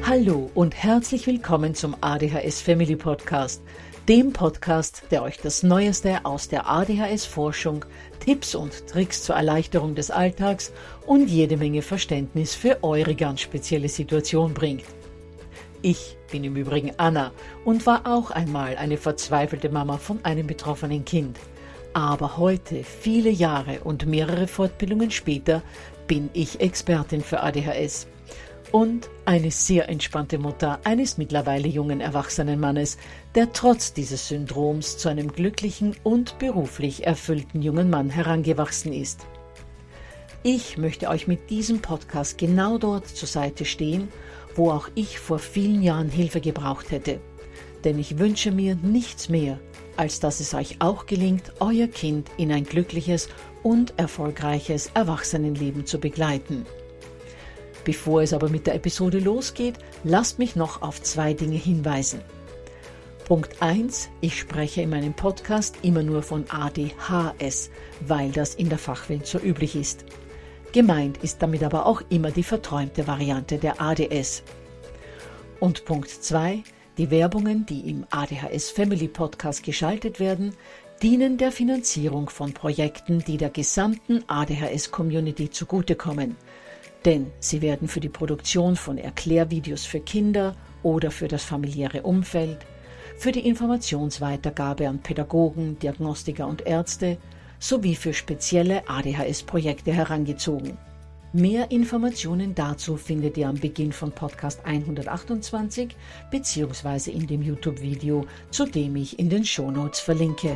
Hallo und herzlich willkommen zum ADHS Family Podcast, dem Podcast, der euch das Neueste aus der ADHS-Forschung, Tipps und Tricks zur Erleichterung des Alltags und jede Menge Verständnis für eure ganz spezielle Situation bringt. Ich bin im Übrigen Anna und war auch einmal eine verzweifelte Mama von einem betroffenen Kind. Aber heute, viele Jahre und mehrere Fortbildungen später, bin ich Expertin für ADHS. Und eine sehr entspannte Mutter eines mittlerweile jungen erwachsenen Mannes, der trotz dieses Syndroms zu einem glücklichen und beruflich erfüllten jungen Mann herangewachsen ist. Ich möchte euch mit diesem Podcast genau dort zur Seite stehen, wo auch ich vor vielen Jahren Hilfe gebraucht hätte. Denn ich wünsche mir nichts mehr, als dass es euch auch gelingt, euer Kind in ein glückliches und erfolgreiches Erwachsenenleben zu begleiten. Bevor es aber mit der Episode losgeht, lasst mich noch auf 2 Dinge hinweisen. Punkt 1. Ich spreche in meinem Podcast immer nur von ADHS, weil das in der Fachwelt so üblich ist. Gemeint ist damit aber auch immer die verträumte Variante der ADS. Und Punkt 2. Die Werbungen, die im ADHS Family Podcast geschaltet werden, dienen der Finanzierung von Projekten, die der gesamten ADHS-Community zugutekommen. Denn sie werden für die Produktion von Erklärvideos für Kinder oder für das familiäre Umfeld, für die Informationsweitergabe an Pädagogen, Diagnostiker und Ärzte sowie für spezielle ADHS-Projekte herangezogen. Mehr Informationen dazu findet ihr am Beginn von Podcast 128 bzw. in dem YouTube-Video, zu dem ich in den Shownotes verlinke.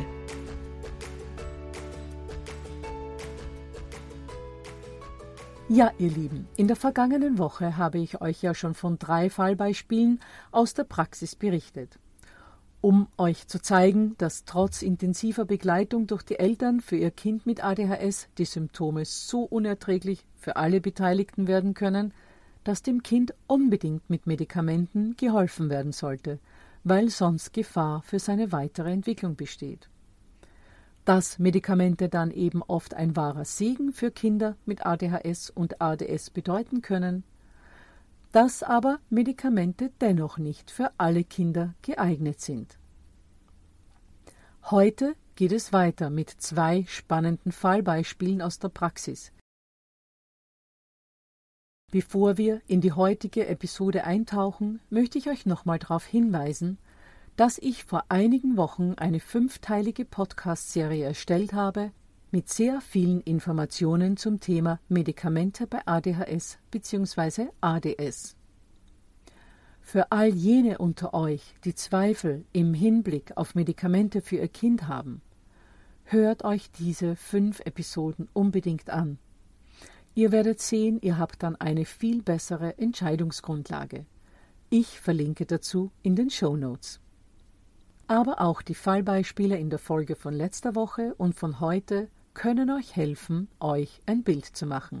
Ja, ihr Lieben, in der vergangenen Woche habe ich euch ja schon von 3 Fallbeispielen aus der Praxis berichtet. Um euch zu zeigen, dass trotz intensiver Begleitung durch die Eltern für ihr Kind mit ADHS die Symptome so unerträglich für alle Beteiligten werden können, dass dem Kind unbedingt mit Medikamenten geholfen werden sollte, weil sonst Gefahr für seine weitere Entwicklung besteht. Dass Medikamente dann eben oft ein wahrer Segen für Kinder mit ADHS und ADS bedeuten können, dass aber Medikamente dennoch nicht für alle Kinder geeignet sind. Heute geht es weiter mit 2 spannenden Fallbeispielen aus der Praxis. Bevor wir in die heutige Episode eintauchen, möchte ich euch nochmal darauf hinweisen, dass ich vor einigen Wochen eine 5-teilige Podcast-Serie erstellt habe, mit sehr vielen Informationen zum Thema Medikamente bei ADHS bzw. ADS. Für all jene unter euch, die Zweifel im Hinblick auf Medikamente für ihr Kind haben, hört euch diese 5 Episoden unbedingt an. Ihr werdet sehen, ihr habt dann eine viel bessere Entscheidungsgrundlage. Ich verlinke dazu in den Shownotes. Aber auch die Fallbeispiele in der Folge von letzter Woche und von heute können euch helfen, euch ein Bild zu machen.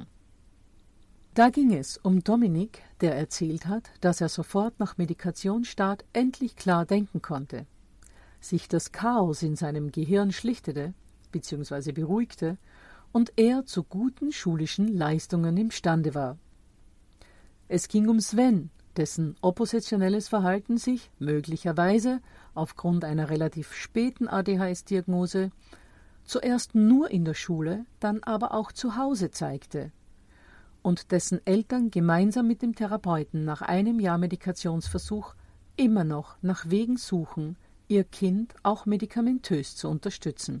Da ging es um Dominik, der erzählt hat, dass er sofort nach Medikationsstart endlich klar denken konnte, sich das Chaos in seinem Gehirn schlichtete bzw. beruhigte und er zu guten schulischen Leistungen imstande war. Es ging um Sven, dessen oppositionelles Verhalten sich möglicherweise aufgrund einer relativ späten ADHS-Diagnose zuerst nur in der Schule, dann aber auch zu Hause zeigte und dessen Eltern gemeinsam mit dem Therapeuten nach einem Jahr Medikationsversuch immer noch nach Wegen suchen, ihr Kind auch medikamentös zu unterstützen.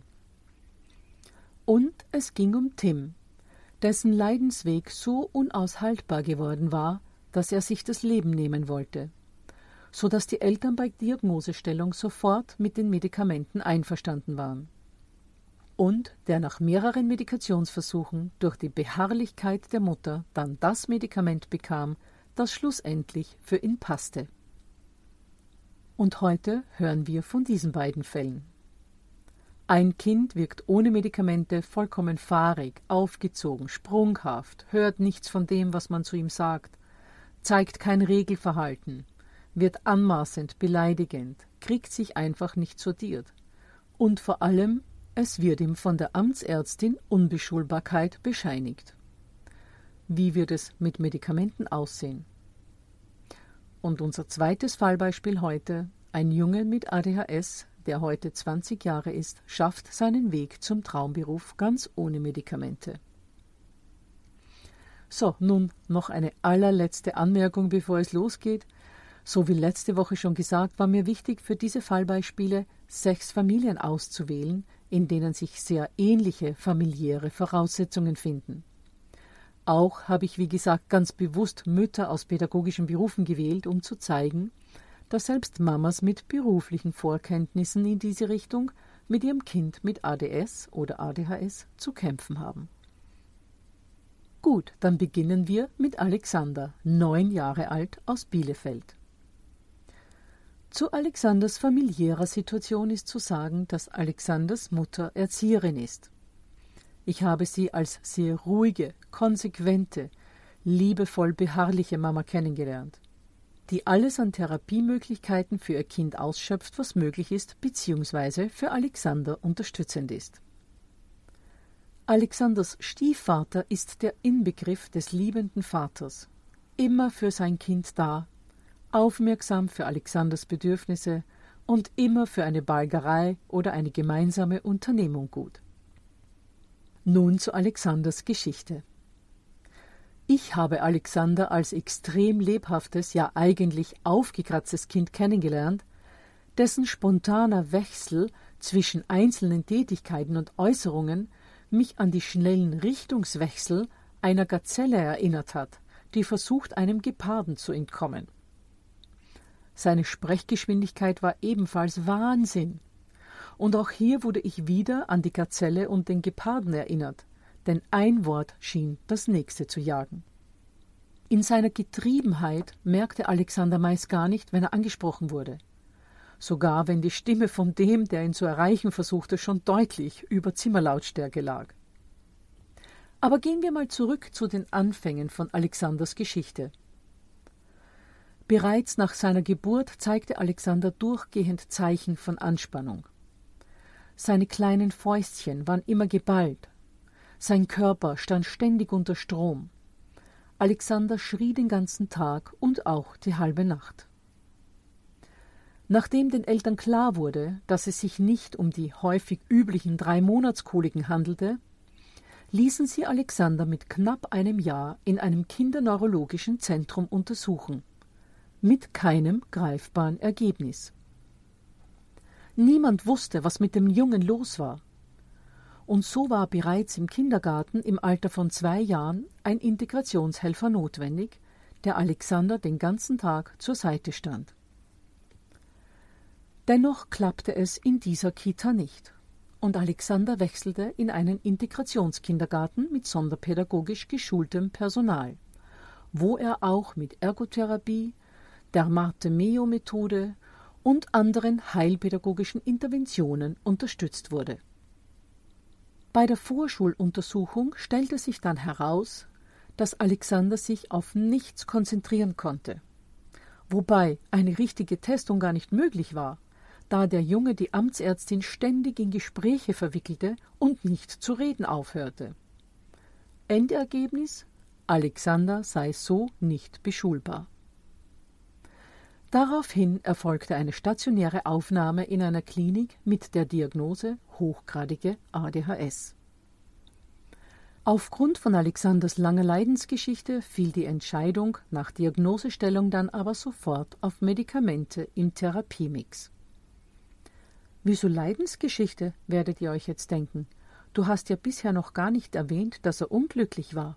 Und es ging um Tim, dessen Leidensweg so unaushaltbar geworden war, dass er sich das Leben nehmen wollte, so dass die Eltern bei Diagnosestellung sofort mit den Medikamenten einverstanden waren. Und der nach mehreren Medikationsversuchen durch die Beharrlichkeit der Mutter dann das Medikament bekam, das schlussendlich für ihn passte. Und heute hören wir von diesen beiden Fällen. Ein Kind wirkt ohne Medikamente vollkommen fahrig, aufgezogen, sprunghaft, hört nichts von dem, was man zu ihm sagt, zeigt kein Regelverhalten, wird anmaßend, beleidigend, kriegt sich einfach nicht sortiert. Und vor allem, es wird ihm von der Amtsärztin Unbeschulbarkeit bescheinigt. Wie wird es mit Medikamenten aussehen? Und unser zweites Fallbeispiel heute: Ein Junge mit ADHS, der heute 20 Jahre ist, schafft seinen Weg zum Traumberuf ganz ohne Medikamente. So, nun noch eine allerletzte Anmerkung, bevor es losgeht. So wie letzte Woche schon gesagt, war mir wichtig, für diese Fallbeispiele 6 Familien auszuwählen, in denen sich sehr ähnliche familiäre Voraussetzungen finden. Auch habe ich, wie gesagt, ganz bewusst Mütter aus pädagogischen Berufen gewählt, um zu zeigen, dass selbst Mamas mit beruflichen Vorkenntnissen in diese Richtung mit ihrem Kind mit ADS oder ADHS zu kämpfen haben. Gut, dann beginnen wir mit Alexander, 9 Jahre alt, aus Bielefeld. Zu Alexanders familiärer Situation ist zu sagen, dass Alexanders Mutter Erzieherin ist. Ich habe sie als sehr ruhige, konsequente, liebevoll beharrliche Mama kennengelernt, die alles an Therapiemöglichkeiten für ihr Kind ausschöpft, was möglich ist, bzw. für Alexander unterstützend ist. Alexanders Stiefvater ist der Inbegriff des liebenden Vaters, immer für sein Kind da, aufmerksam für Alexanders Bedürfnisse und immer für eine Balgerei oder eine gemeinsame Unternehmung gut. Nun zu Alexanders Geschichte. Ich habe Alexander als extrem lebhaftes, ja eigentlich aufgekratztes Kind kennengelernt, dessen spontaner Wechsel zwischen einzelnen Tätigkeiten und Äußerungen mich an die schnellen Richtungswechsel einer Gazelle erinnert hat, die versucht, einem Geparden zu entkommen. Seine Sprechgeschwindigkeit war ebenfalls Wahnsinn. Und auch hier wurde ich wieder an die Gazelle und den Geparden erinnert, denn ein Wort schien das nächste zu jagen. In seiner Getriebenheit merkte Alexander meist gar nicht, wenn er angesprochen wurde. Sogar wenn die Stimme von dem, der ihn zu erreichen versuchte, schon deutlich über Zimmerlautstärke lag. Aber gehen wir mal zurück zu den Anfängen von Alexanders Geschichte. Bereits nach seiner Geburt zeigte Alexander durchgehend Zeichen von Anspannung. Seine kleinen Fäustchen waren immer geballt. Sein Körper stand ständig unter Strom. Alexander schrie den ganzen Tag und auch die halbe Nacht. Nachdem den Eltern klar wurde, dass es sich nicht um die häufig üblichen 3-Monatskoliken handelte, ließen sie Alexander mit knapp einem Jahr in einem kinderneurologischen Zentrum untersuchen, mit keinem greifbaren Ergebnis. Niemand wusste, was mit dem Jungen los war. Und so war bereits im Kindergarten im Alter von 2 Jahren ein Integrationshelfer notwendig, der Alexander den ganzen Tag zur Seite stand. Dennoch klappte es in dieser Kita nicht, und Alexander wechselte in einen Integrationskindergarten mit sonderpädagogisch geschultem Personal, wo er auch mit Ergotherapie, der Marte-Meo-Methode und anderen heilpädagogischen Interventionen unterstützt wurde. Bei der Vorschuluntersuchung stellte sich dann heraus, dass Alexander sich auf nichts konzentrieren konnte, wobei eine richtige Testung gar nicht möglich war, da der Junge die Amtsärztin ständig in Gespräche verwickelte und nicht zu reden aufhörte. Endergebnis: Alexander sei so nicht beschulbar. Daraufhin erfolgte eine stationäre Aufnahme in einer Klinik mit der Diagnose hochgradige ADHS. Aufgrund von Alexanders langer Leidensgeschichte fiel die Entscheidung nach Diagnosestellung dann aber sofort auf Medikamente im Therapiemix. Wieso Leidensgeschichte, werdet ihr euch jetzt denken? Du hast ja bisher noch gar nicht erwähnt, dass er unglücklich war.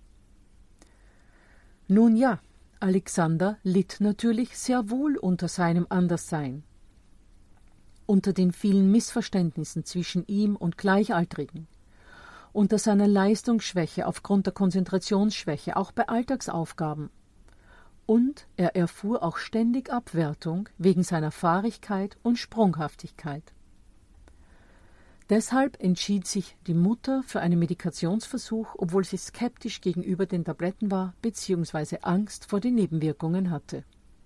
Nun ja, Alexander litt natürlich sehr wohl unter seinem Anderssein, unter den vielen Missverständnissen zwischen ihm und Gleichaltrigen, unter seiner Leistungsschwäche aufgrund der Konzentrationsschwäche, auch bei Alltagsaufgaben. Und er erfuhr auch ständig Abwertung wegen seiner Fahrigkeit und Sprunghaftigkeit. Deshalb entschied sich die Mutter für einen Medikationsversuch, obwohl sie skeptisch gegenüber den Tabletten war bzw. Angst vor den Nebenwirkungen hatte.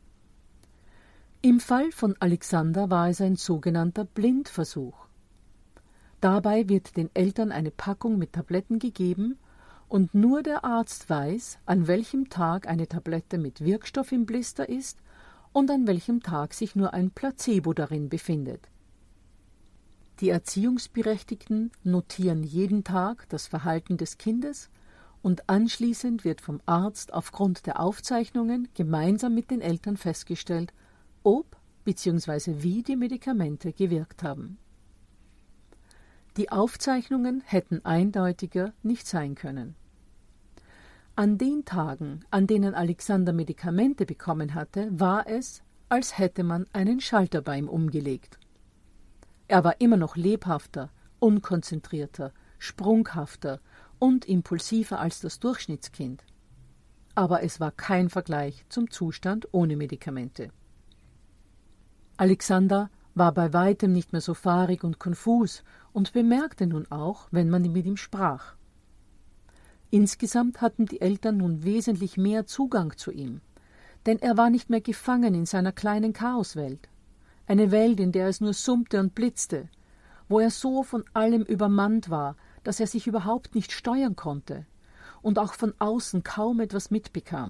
Im Fall von Alexander war es ein sogenannter Blindversuch. Dabei wird den Eltern eine Packung mit Tabletten gegeben und nur der Arzt weiß, an welchem Tag eine Tablette mit Wirkstoff im Blister ist und an welchem Tag sich nur ein Placebo darin befindet. Die Erziehungsberechtigten notieren jeden Tag das Verhalten des Kindes und anschließend wird vom Arzt aufgrund der Aufzeichnungen gemeinsam mit den Eltern festgestellt, ob bzw. wie die Medikamente gewirkt haben. Die Aufzeichnungen hätten eindeutiger nicht sein können. An den Tagen, an denen Alexander Medikamente bekommen hatte, war es, als hätte man einen Schalter bei ihm umgelegt. Er war immer noch lebhafter, unkonzentrierter, sprunghafter und impulsiver als das Durchschnittskind. Aber es war kein Vergleich zum Zustand ohne Medikamente. Alexander war bei weitem nicht mehr so fahrig und konfus und bemerkte nun auch, wenn man mit ihm sprach. Insgesamt hatten die Eltern nun wesentlich mehr Zugang zu ihm, denn er war nicht mehr gefangen in seiner kleinen Chaoswelt. Eine Welt, in der es nur summte und blitzte, wo er so von allem übermannt war, dass er sich überhaupt nicht steuern konnte und auch von außen kaum etwas mitbekam.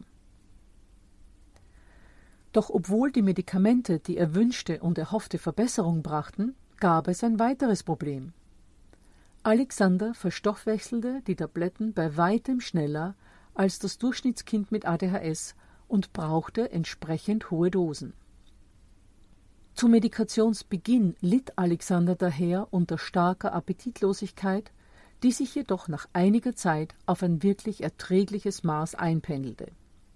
Doch obwohl die Medikamente die erwünschte und erhoffte Verbesserung brachten, gab es ein weiteres Problem. Alexander verstoffwechselte die Tabletten bei weitem schneller als das Durchschnittskind mit ADHS und brauchte entsprechend hohe Dosen. Zu Medikationsbeginn litt Alexander daher unter starker Appetitlosigkeit, die sich jedoch nach einiger Zeit auf ein wirklich erträgliches Maß einpendelte.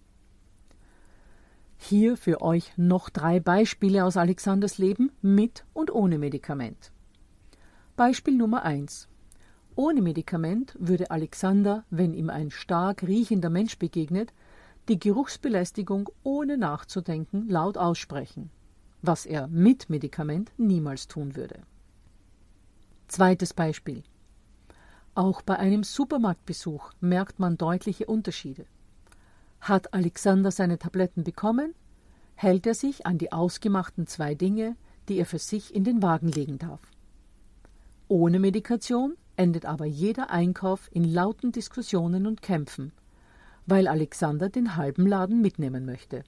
Hier für euch noch 3 Beispiele aus Alexanders Leben mit und ohne Medikament. Beispiel Nummer 1. Ohne Medikament würde Alexander, wenn ihm ein stark riechender Mensch begegnet, die Geruchsbelästigung ohne nachzudenken laut aussprechen, was er mit Medikament niemals tun würde. Zweites Beispiel. Auch bei einem Supermarktbesuch merkt man deutliche Unterschiede. Hat Alexander seine Tabletten bekommen, hält er sich an die ausgemachten 2 Dinge, die er für sich in den Wagen legen darf. Ohne Medikation endet aber jeder Einkauf in lauten Diskussionen und Kämpfen, weil Alexander den halben Laden mitnehmen möchte.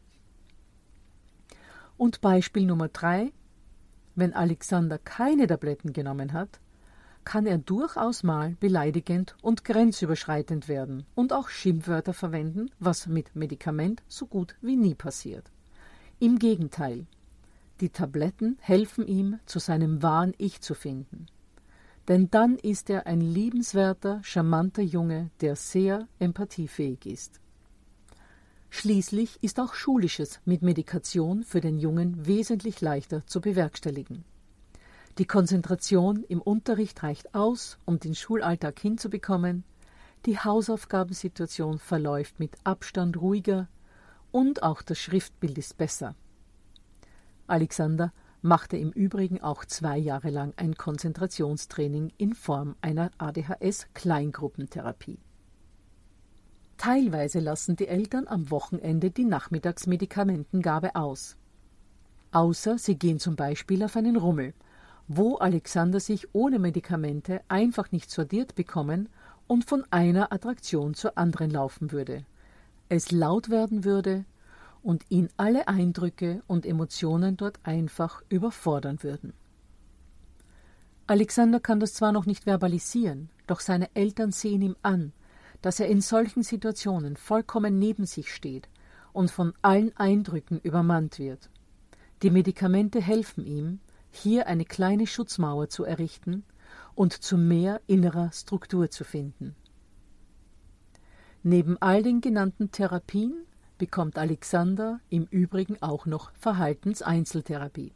Und Beispiel Nummer 3. Wenn Alexander keine Tabletten genommen hat, kann er durchaus mal beleidigend und grenzüberschreitend werden und auch Schimpfwörter verwenden, was mit Medikament so gut wie nie passiert. Im Gegenteil, die Tabletten helfen ihm, zu seinem wahren Ich zu finden. Denn dann ist er ein liebenswerter, charmanter Junge, der sehr empathiefähig ist. Schließlich ist auch Schulisches mit Medikation für den Jungen wesentlich leichter zu bewerkstelligen. Die Konzentration im Unterricht reicht aus, um den Schulalltag hinzubekommen, die Hausaufgabensituation verläuft mit Abstand ruhiger und auch das Schriftbild ist besser. Alexander machte im Übrigen auch 2 Jahre lang ein Konzentrationstraining in Form einer ADHS-Kleingruppentherapie. Teilweise lassen die Eltern am Wochenende die Nachmittagsmedikamentengabe aus. Außer sie gehen zum Beispiel auf einen Rummel, wo Alexander sich ohne Medikamente einfach nicht sortiert bekommen und von einer Attraktion zur anderen laufen würde, es laut werden würde und ihn alle Eindrücke und Emotionen dort einfach überfordern würden. Alexander kann das zwar noch nicht verbalisieren, doch seine Eltern sehen ihm an, dass er in solchen Situationen vollkommen neben sich steht und von allen Eindrücken übermannt wird. Die Medikamente helfen ihm, hier eine kleine Schutzmauer zu errichten und zu mehr innerer Struktur zu finden. Neben all den genannten Therapien bekommt Alexander im Übrigen auch noch Verhaltenseinzeltherapie.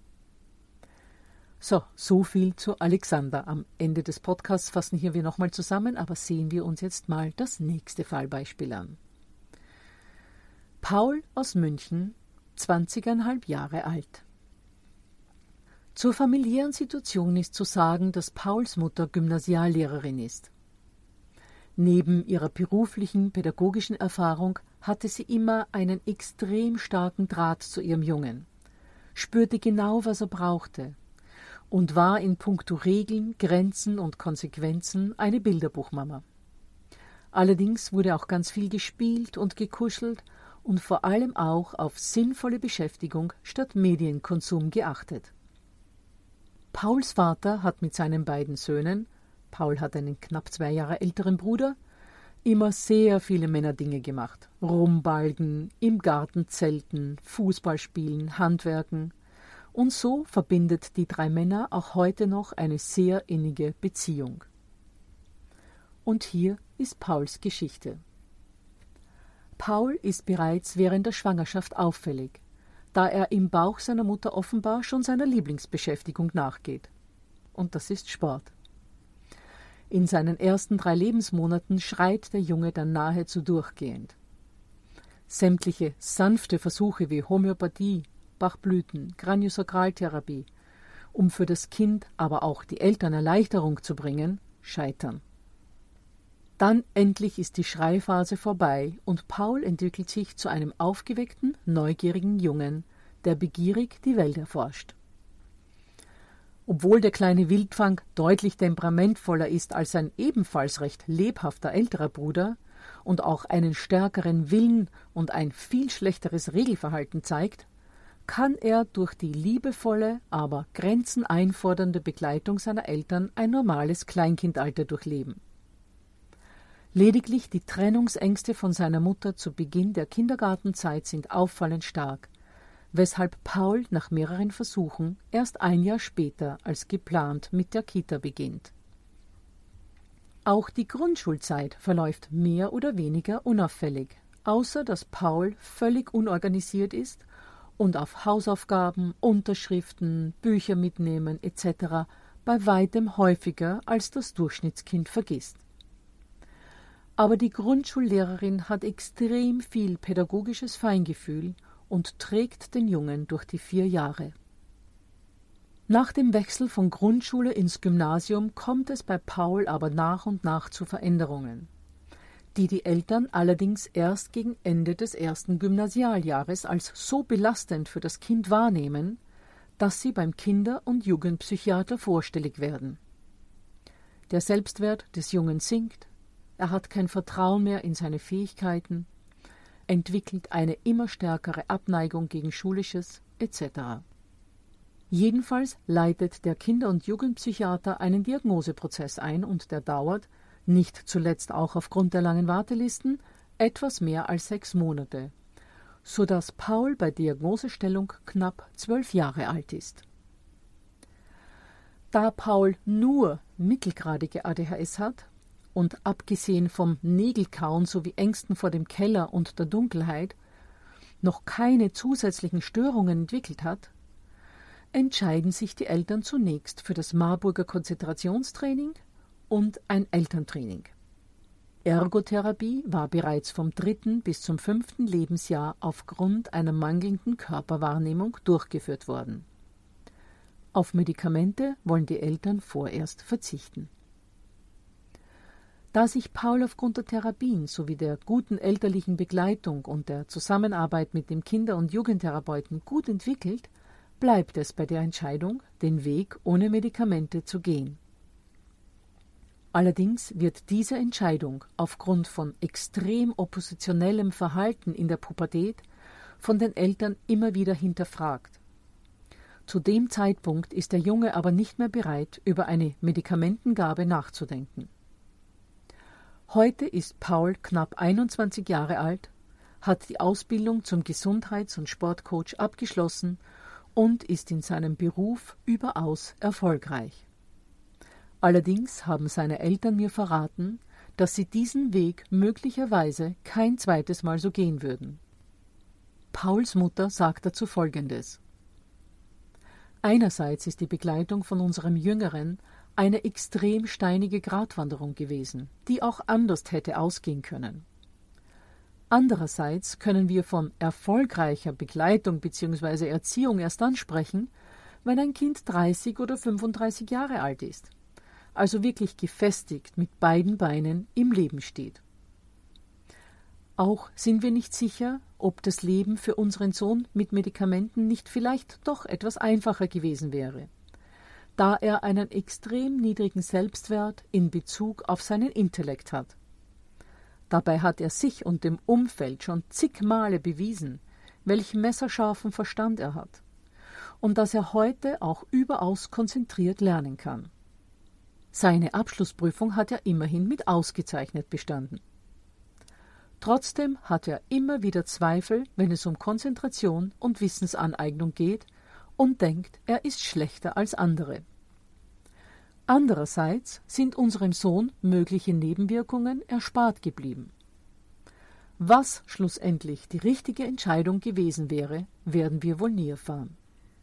So viel zu Alexander. Am Ende des Podcasts fassen hier wir nochmal zusammen, aber sehen wir uns jetzt mal das nächste Fallbeispiel an. Paul aus München, 20,5 Jahre alt. Zur familiären Situation ist zu sagen, dass Pauls Mutter Gymnasiallehrerin ist. Neben ihrer beruflichen, pädagogischen Erfahrung hatte sie immer einen extrem starken Draht zu ihrem Jungen, spürte genau, was er brauchte und war in puncto Regeln, Grenzen und Konsequenzen eine Bilderbuchmama. Allerdings wurde auch ganz viel gespielt und gekuschelt und vor allem auch auf sinnvolle Beschäftigung statt Medienkonsum geachtet. Pauls Vater hat mit seinen beiden Söhnen, Paul hat einen knapp 2 Jahre älteren Bruder, immer sehr viele Männerdinge gemacht. Rumbalgen, im Garten zelten, Fußball spielen, Handwerken. Und so verbindet die 3 Männer auch heute noch eine sehr innige Beziehung. Und hier ist Pauls Geschichte. Paul ist bereits während der Schwangerschaft auffällig, da er im Bauch seiner Mutter offenbar schon seiner Lieblingsbeschäftigung nachgeht. Und das ist Sport. In seinen ersten 3 Lebensmonaten schreit der Junge dann nahezu durchgehend. Sämtliche sanfte Versuche wie Homöopathie, Bachblüten, Kraniosakraltherapie, um für das Kind, aber auch die Eltern Erleichterung zu bringen, scheitern. Dann endlich ist die Schreiphase vorbei und Paul entwickelt sich zu einem aufgeweckten, neugierigen Jungen, der begierig die Welt erforscht. Obwohl der kleine Wildfang deutlich temperamentvoller ist als sein ebenfalls recht lebhafter älterer Bruder und auch einen stärkeren Willen und ein viel schlechteres Regelverhalten zeigt, kann er durch die liebevolle, aber grenzeneinfordernde Begleitung seiner Eltern ein normales Kleinkindalter durchleben. Lediglich die Trennungsängste von seiner Mutter zu Beginn der Kindergartenzeit sind auffallend stark, weshalb Paul nach mehreren Versuchen erst 1 Jahr später als geplant mit der Kita beginnt. Auch die Grundschulzeit verläuft mehr oder weniger unauffällig, außer dass Paul völlig unorganisiert ist und auf Hausaufgaben, Unterschriften, Bücher mitnehmen etc. bei weitem häufiger als das Durchschnittskind vergisst. Aber die Grundschullehrerin hat extrem viel pädagogisches Feingefühl und trägt den Jungen durch die 4 Jahre. Nach dem Wechsel von Grundschule ins Gymnasium kommt es bei Paul aber nach und nach zu Veränderungen, die Eltern allerdings erst gegen Ende des 1. Gymnasialjahres als so belastend für das Kind wahrnehmen, dass sie beim Kinder- und Jugendpsychiater vorstellig werden. Der Selbstwert des Jungen sinkt, er hat kein Vertrauen mehr in seine Fähigkeiten, entwickelt eine immer stärkere Abneigung gegen Schulisches etc. Jedenfalls leitet der Kinder- und Jugendpsychiater einen Diagnoseprozess ein und der dauert, nicht zuletzt auch aufgrund der langen Wartelisten, etwas mehr als 6 Monate, sodass Paul bei Diagnosestellung knapp 12 Jahre alt ist. Da Paul nur mittelgradige ADHS hat und abgesehen vom Nägelkauen sowie Ängsten vor dem Keller und der Dunkelheit noch keine zusätzlichen Störungen entwickelt hat, entscheiden sich die Eltern zunächst für das Marburger Konzentrationstraining und ein Elterntraining. Ergotherapie war bereits vom 3. bis zum 5. Lebensjahr aufgrund einer mangelnden Körperwahrnehmung durchgeführt worden. Auf Medikamente wollen die Eltern vorerst verzichten. Da sich Paul aufgrund der Therapien sowie der guten elterlichen Begleitung und der Zusammenarbeit mit dem Kinder- und Jugendtherapeuten gut entwickelt, bleibt es bei der Entscheidung, den Weg ohne Medikamente zu gehen. Allerdings wird diese Entscheidung aufgrund von extrem oppositionellem Verhalten in der Pubertät von den Eltern immer wieder hinterfragt. Zu dem Zeitpunkt ist der Junge aber nicht mehr bereit, über eine Medikamentengabe nachzudenken. Heute ist Paul knapp 21 Jahre alt, hat die Ausbildung zum Gesundheits- und Sportcoach abgeschlossen und ist in seinem Beruf überaus erfolgreich. Allerdings haben seine Eltern mir verraten, dass sie diesen Weg möglicherweise kein zweites Mal so gehen würden. Pauls Mutter sagt dazu Folgendes: Einerseits ist die Begleitung von unserem Jüngeren eine extrem steinige Gratwanderung gewesen, die auch anders hätte ausgehen können. Andererseits können wir von erfolgreicher Begleitung bzw. Erziehung erst dann sprechen, wenn ein Kind 30 oder 35 Jahre alt ist, also wirklich gefestigt mit beiden Beinen im Leben steht. Auch sind wir nicht sicher, ob das Leben für unseren Sohn mit Medikamenten nicht vielleicht doch etwas einfacher gewesen wäre, da er einen extrem niedrigen Selbstwert in Bezug auf seinen Intellekt hat. Dabei hat er sich und dem Umfeld schon zig Male bewiesen, welch messerscharfen Verstand er hat und dass er heute auch überaus konzentriert lernen kann. Seine Abschlussprüfung hat er immerhin mit ausgezeichnet bestanden. Trotzdem hat er immer wieder Zweifel, wenn es um Konzentration und Wissensaneignung geht und denkt, er ist schlechter als andere. Andererseits sind unserem Sohn mögliche Nebenwirkungen erspart geblieben. Was schlussendlich die richtige Entscheidung gewesen wäre, werden wir wohl nie erfahren.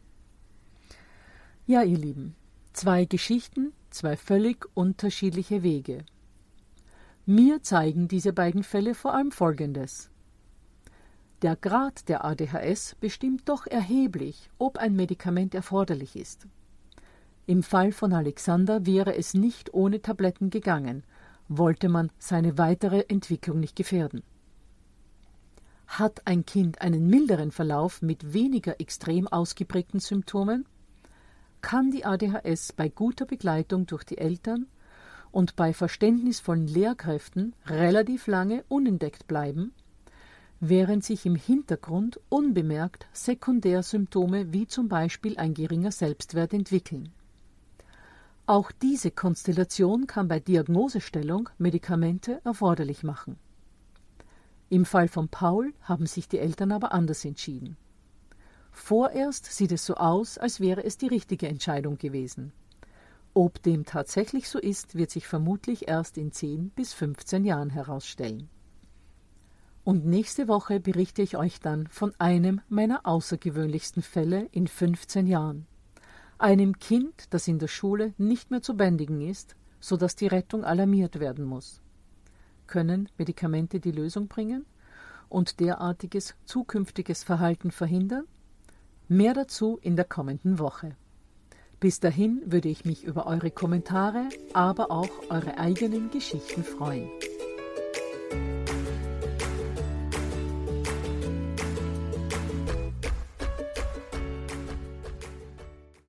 Ja, ihr Lieben, 2 Geschichten, 2 völlig unterschiedliche Wege. Mir zeigen diese beiden Fälle vor allem Folgendes. Der Grad der ADHS bestimmt doch erheblich, ob ein Medikament erforderlich ist. Im Fall von Alexander wäre es nicht ohne Tabletten gegangen, wollte man seine weitere Entwicklung nicht gefährden. Hat ein Kind einen milderen Verlauf mit weniger extrem ausgeprägten Symptomen, kann die ADHS bei guter Begleitung durch die Eltern und bei verständnisvollen Lehrkräften relativ lange unentdeckt bleiben, während sich im Hintergrund unbemerkt Sekundärsymptome wie zum Beispiel ein geringer Selbstwert entwickeln. Auch diese Konstellation kann bei Diagnosestellung Medikamente erforderlich machen. Im Fall von Paul haben sich die Eltern aber anders entschieden. Vorerst sieht es so aus, als wäre es die richtige Entscheidung gewesen. Ob dem tatsächlich so ist, wird sich vermutlich erst in 10 bis 15 Jahren herausstellen. Und nächste Woche berichte ich euch dann von einem meiner außergewöhnlichsten Fälle in 15 Jahren. Einem Kind, das in der Schule nicht mehr zu bändigen ist, sodass die Rettung alarmiert werden muss. Können Medikamente die Lösung bringen und derartiges zukünftiges Verhalten verhindern? Mehr dazu in der kommenden Woche. Bis dahin würde ich mich über eure Kommentare, aber auch eure eigenen Geschichten freuen.